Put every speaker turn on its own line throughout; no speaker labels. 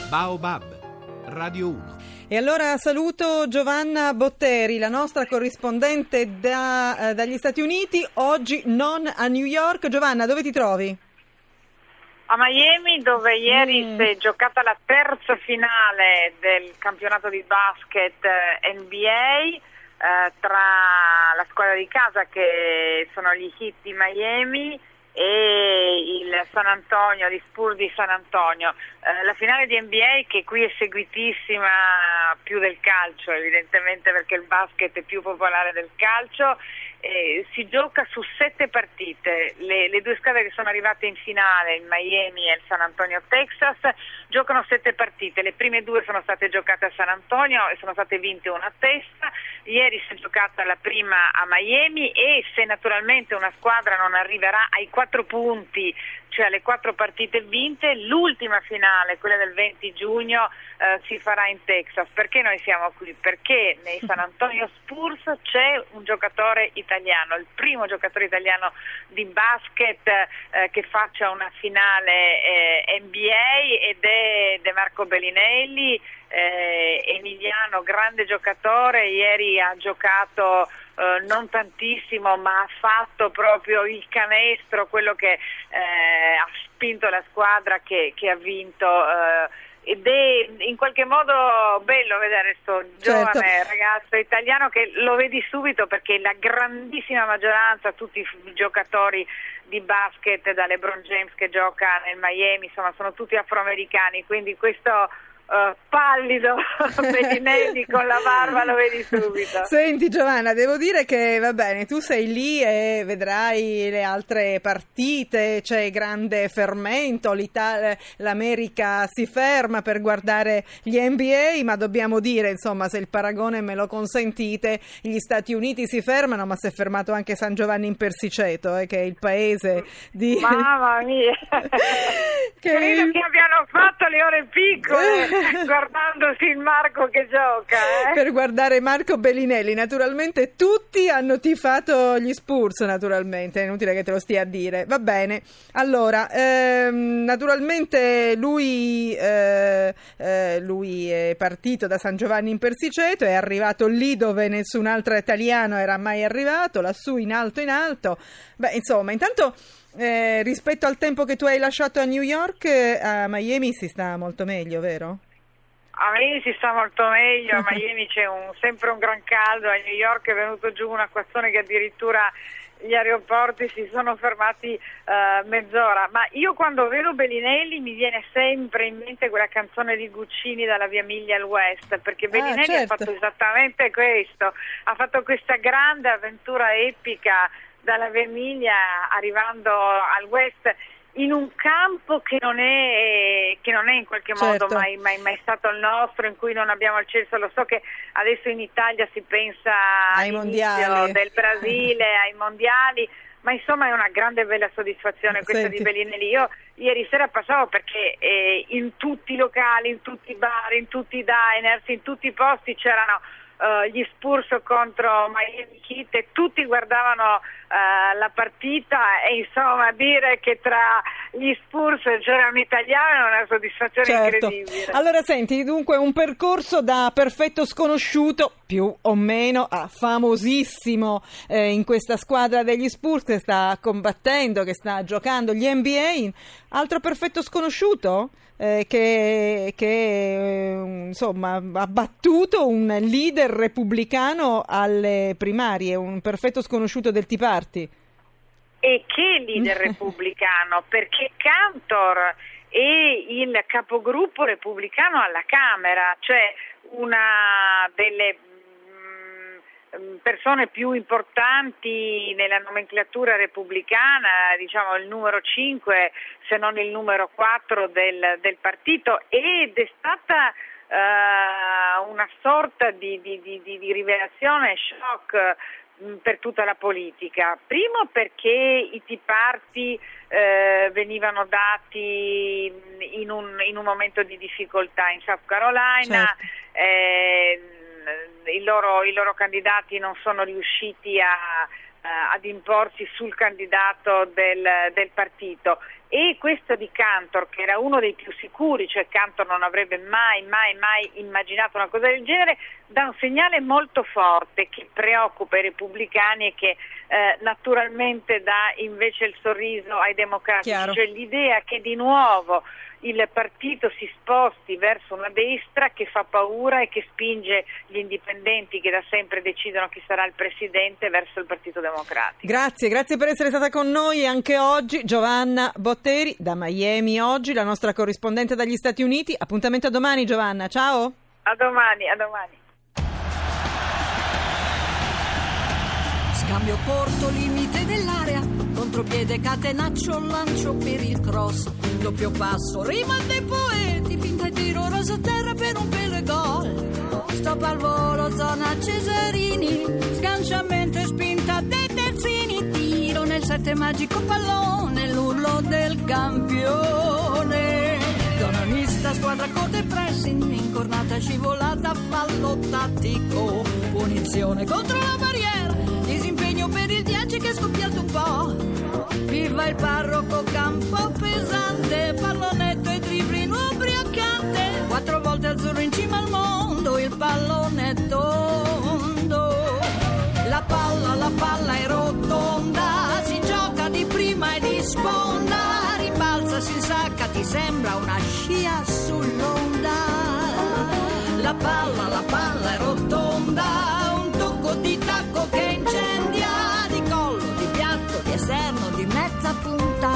Baobab, Radio 1.
E allora saluto Giovanna Botteri, la nostra corrispondente dagli Stati Uniti, oggi non a New York. Giovanna, dove ti trovi?
A Miami, dove ieri si è giocata la terza finale del campionato di basket NBA tra la squadra di casa, che sono gli Heat di Miami, e il San Antonio, gli Spurs di San Antonio. La finale di NBA, che qui è seguitissima più del calcio, evidentemente, perché il basket è più popolare del calcio. Si gioca su 7 partite. Le due squadre che sono arrivate in finale, il Miami e il San Antonio Texas, giocano 7 partite. Le prime 2 sono state giocate a San Antonio e sono state vinte una a testa. Ieri si è giocata la prima a Miami, e se naturalmente una squadra non arriverà ai 4 punti, cioè alle 4 partite vinte, l'ultima finale, quella del 20 giugno, si farà in Texas. Perché noi siamo qui? Perché nei San Antonio Spurs c'è un giocatore italiano, il primo giocatore italiano di basket che faccia una finale NBA, ed è De Marco Bellinelli, emiliano, grande giocatore. Ieri ha giocato non tantissimo, ma ha fatto proprio il canestro, quello che ha spinto la squadra che ha vinto, ed è in qualche modo bello vedere questo giovane ragazzo italiano, che lo vedi subito, perché la grandissima maggioranza, tutti i giocatori di basket, da LeBron James che gioca nel Miami, insomma sono tutti afroamericani, quindi questo pallido Bellinelli con la barba lo vedi subito.
Senti Giovanna, devo dire che va bene, tu sei lì e vedrai le altre partite, c'è grande fermento, l'America si ferma per guardare gli NBA, ma dobbiamo dire, insomma, se il paragone me lo consentite, gli Stati Uniti si fermano, ma si è fermato anche San Giovanni in Persiceto, che è il paese di...
Mamma mia! Credo che abbiano fatto le ore piccole guardandosi il Marco che gioca,
per guardare Marco Bellinelli. Naturalmente tutti hanno tifato gli Spurs, naturalmente è inutile che te lo stia a dire. Va bene, allora naturalmente lui è partito da San Giovanni in Persiceto, è arrivato lì dove nessun altro italiano era mai arrivato, lassù in alto in alto. Beh, insomma, intanto rispetto al tempo che tu hai lasciato a New York, a Miami si sta molto meglio, vero?
A Miami si sta molto meglio, a Miami c'è sempre un gran caldo, a New York è venuto giù un acquazzone che addirittura gli aeroporti si sono fermati mezz'ora. Ma io quando vedo Bellinelli mi viene sempre in mente quella canzone di Guccini, Dalla via Miglia al West, perché Bellinelli ha fatto esattamente questo, ha fatto questa grande avventura epica dalla via Miglia arrivando al West, in un campo che non è in qualche modo mai stato il nostro, in cui non abbiamo accesso. Lo so che adesso in Italia si pensa
ai mondiali
del Brasile, ai mondiali, ma insomma è una grande bella soddisfazione questa di Bellinelli. Io ieri sera passavo, perché in tutti i locali, in tutti i bar, in tutti i diners, in tutti i posti c'erano gli Spurs contro Miami Heat, e tutti guardavano la partita, e insomma dire che tra gli Spurs c'era un italiano è una soddisfazione incredibile.
Allora senti, dunque un percorso da perfetto sconosciuto, più o meno, a famosissimo in questa squadra degli Spurs che sta combattendo, che sta giocando gli NBA. Altro perfetto sconosciuto che insomma ha battuto un leader repubblicano alle primarie, un perfetto sconosciuto del Tea Party.
E che leader repubblicano? Perché Cantor è il capogruppo repubblicano alla Camera, cioè una delle persone più importanti nella nomenclatura repubblicana, diciamo il numero 5 se non il numero 4 del partito, ed è stata una sorta di rivelazione, shock per tutta la politica. Primo perché i Tea Party venivano dati in un momento di difficoltà in South Carolina, i loro candidati non sono riusciti ad imporsi sul candidato del partito, e questo di Cantor, che era uno dei più sicuri, cioè Cantor non avrebbe mai immaginato una cosa del genere, dà un segnale molto forte che preoccupa i repubblicani e che naturalmente dà invece il sorriso ai democratici.
Chiaro.
Cioè l'idea che di nuovo il partito si sposti verso una destra che fa paura e che spinge gli indipendenti, che da sempre decidono chi sarà il presidente, verso il Partito Democratico.
Grazie per essere stata con noi anche oggi, Giovanna Botteri da Miami, oggi la nostra corrispondente dagli Stati Uniti. Appuntamento a domani, Giovanna, ciao.
A domani.
Scambio corto, limite dell'area, contropiede, catenaccio, lancio per il cross, doppio passo, rima dei poeti, finta e tiro, rosa terra per un pelo e gol, stop al volo, zona Cesarini, sganciamento e spinta dei terzini, tiro nel 7 magico pallone, l'urlo del campione, zona mista, squadra corta e pressing, incornata scivolata, fallo tattico, punizione contro la barriera, disimpegno per il 10 che è scoppiato un po'. Viva il parroco, campo pesante, pallonetto e dribbling ubriacante. 4 volte azzurro in cima al mondo, il pallone tondo. La palla è rotonda, si gioca di prima e di sponda. Ribalza, si insacca, ti sembra una scia sull'onda. La palla è rotonda, un tocco di tacco che incendia, di collo, di piatto, di esterno, di mezza punta.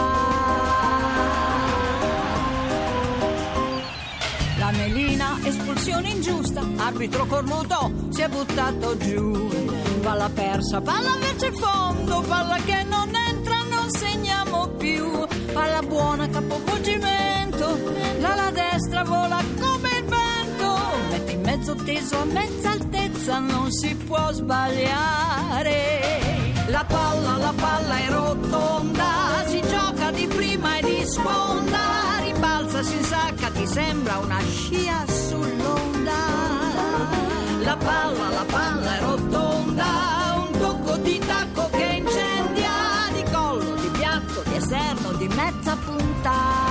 La melina, espulsione ingiusta, arbitro cornuto, si è buttato giù. Palla persa, palla verso il fondo, palla che non entra, non segniamo più. Palla buona, capovolgimento, l'ala destra vola come il vento. Metti in mezzo teso a mezza altezza, non si può sbagliare. La palla è rotonda, si gioca di prima e di sponda. Ribalza, si insacca, ti sembra una scia sull'onda. La palla è rotonda, un tocco di tacco che incendia, di collo, di piatto, di esterno, di mezza punta.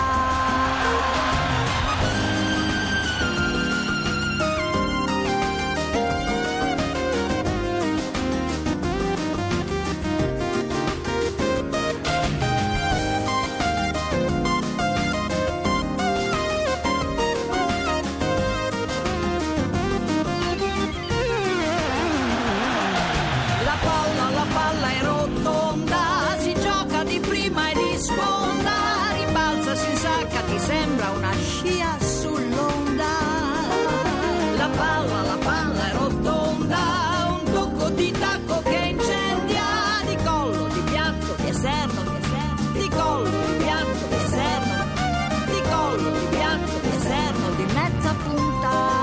La palla è rotonda, si gioca di prima e di sponda, ribalza, si insacca, ti sembra una scia sull'onda. La palla è rotonda, un tocco di tacco che incendia, di collo, di piatto, di esterno, di collo, di piatto, di esterno, di collo, di piatto, di esterno, di mezza punta.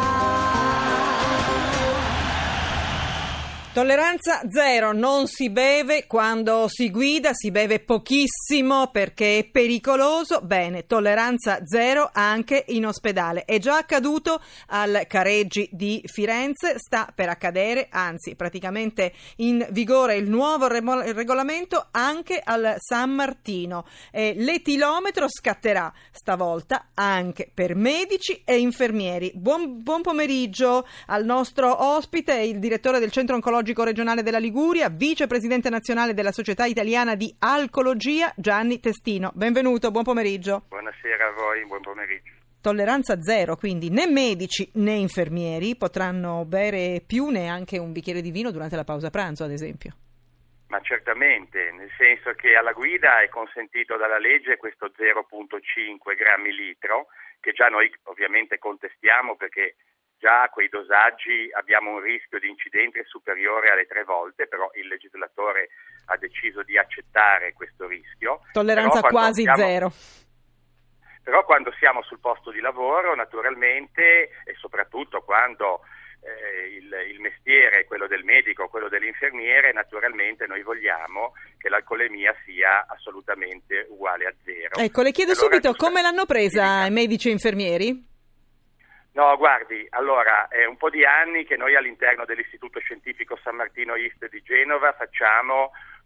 Tolleranza zero, non si beve quando si guida, si beve pochissimo perché è pericoloso. Bene, tolleranza zero anche in ospedale. È già accaduto al Careggi di Firenze, sta per accadere, anzi praticamente in vigore il nuovo regolamento anche al San Martino. L'etilometro scatterà stavolta anche per medici e infermieri. Buon pomeriggio al nostro ospite, il direttore del Centro Oncologico Regionale della Liguria, vicepresidente nazionale della Società Italiana di Alcologia, Gianni Testino. Benvenuto, buon pomeriggio.
Buonasera a voi, buon pomeriggio.
Tolleranza zero, quindi né medici né infermieri potranno bere più neanche un bicchiere di vino durante la pausa pranzo, ad esempio.
Ma certamente, nel senso che alla guida è consentito dalla legge questo 0,5 grammi litro, che già noi ovviamente contestiamo perché già a quei dosaggi abbiamo un rischio di incidente superiore alle 3 volte, però il legislatore ha deciso di accettare questo rischio.
Tolleranza quasi zero.
Però quando siamo sul posto di lavoro, naturalmente, e soprattutto quando il mestiere è quello del medico, quello dell'infermiere, naturalmente noi vogliamo che l'alcolemia sia assolutamente uguale a zero.
Ecco, le chiedo subito come l'hanno presa i medici e infermieri?
No, guardi, allora è un po' di anni che noi all'Interno dell'Istituto Scientifico San Martino Ist di Genova facciamo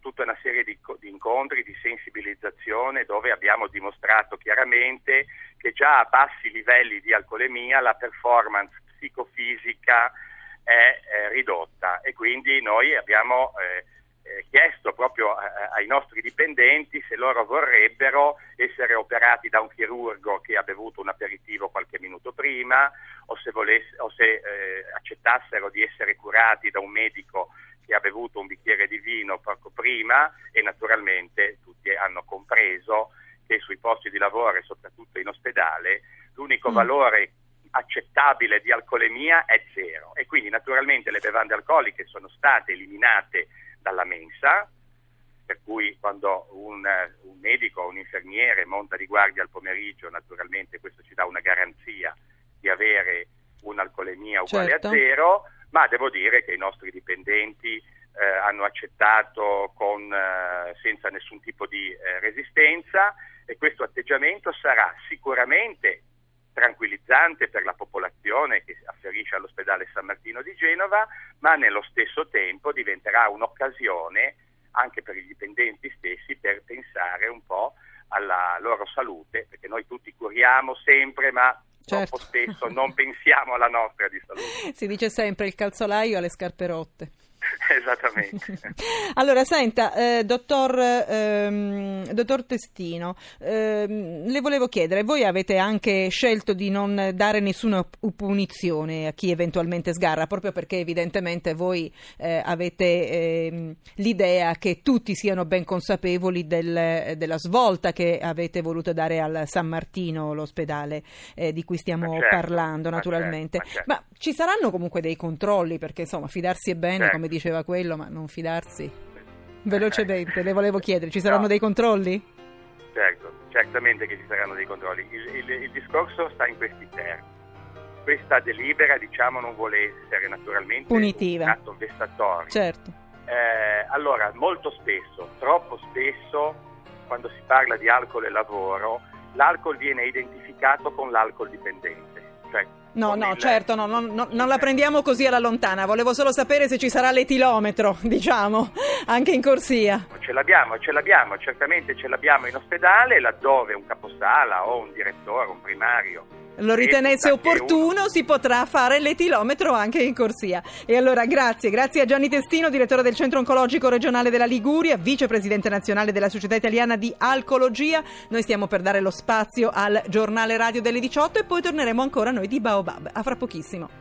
tutta una serie di incontri, di sensibilizzazione, dove abbiamo dimostrato chiaramente che già a bassi livelli di alcolemia la performance psicofisica è ridotta, e quindi noi abbiamo chiesto proprio ai nostri dipendenti se loro vorrebbero essere operati da un chirurgo che ha bevuto un aperitivo qualche minuto prima, o se accettassero di essere curati da un medico che ha bevuto un bicchiere di vino poco prima, e naturalmente tutti hanno compreso che sui posti di lavoro e soprattutto in ospedale l'unico valore accettabile di alcolemia è 0, e quindi naturalmente le bevande alcoliche sono state eliminate dalla mensa, per cui quando un medico o un infermiere monta di guardia al pomeriggio, naturalmente questo ci dà una garanzia di avere un'alcolemia uguale a 0, ma devo dire che i nostri dipendenti hanno accettato senza nessun tipo di resistenza, e questo atteggiamento sarà sicuramente tranquillizzante per la popolazione che afferisce all'ospedale San Martino di Genova, ma nello stesso tempo diventerà un'occasione anche per i dipendenti stessi per pensare un po' alla loro salute, perché noi tutti curiamo sempre, ma troppo spesso non pensiamo alla nostra di salute.
Si dice sempre il calzolaio alle scarpe rotte.
Esattamente.
Allora, senta, dottor Testino, le volevo chiedere, voi avete anche scelto di non dare nessuna punizione a chi eventualmente sgarra, proprio perché evidentemente voi avete l'idea che tutti siano ben consapevoli della svolta che avete voluto dare al San Martino, l'ospedale di cui stiamo parlando, naturalmente. Ma ci saranno comunque dei controlli, perché insomma fidarsi è bene, come diceva quello, ma non fidarsi. Velocemente, le volevo chiedere, ci saranno dei controlli?
Certo, certamente che ci saranno dei controlli. Il discorso sta in questi termini. Questa delibera, non vuole essere naturalmente
punitiva,
un atto vessatorio.
Certo.
Allora, molto spesso, troppo spesso, quando si parla di alcol e lavoro, l'alcol viene identificato con l'alcol dipendente. Non la prendiamo così alla lontana. Volevo solo sapere se ci sarà l'etilometro, anche in corsia. Ce l'abbiamo, certamente ce l'abbiamo in ospedale, laddove un caposala o un direttore, un primario
lo ritenesse opportuno, si potrà fare l'etilometro anche in corsia. E allora grazie a Gianni Testino, direttore del Centro Oncologico Regionale della Liguria, vicepresidente nazionale della Società Italiana di Alcologia. Noi stiamo per dare lo spazio al giornale radio delle 18 e poi torneremo ancora noi di Baobab. A fra pochissimo.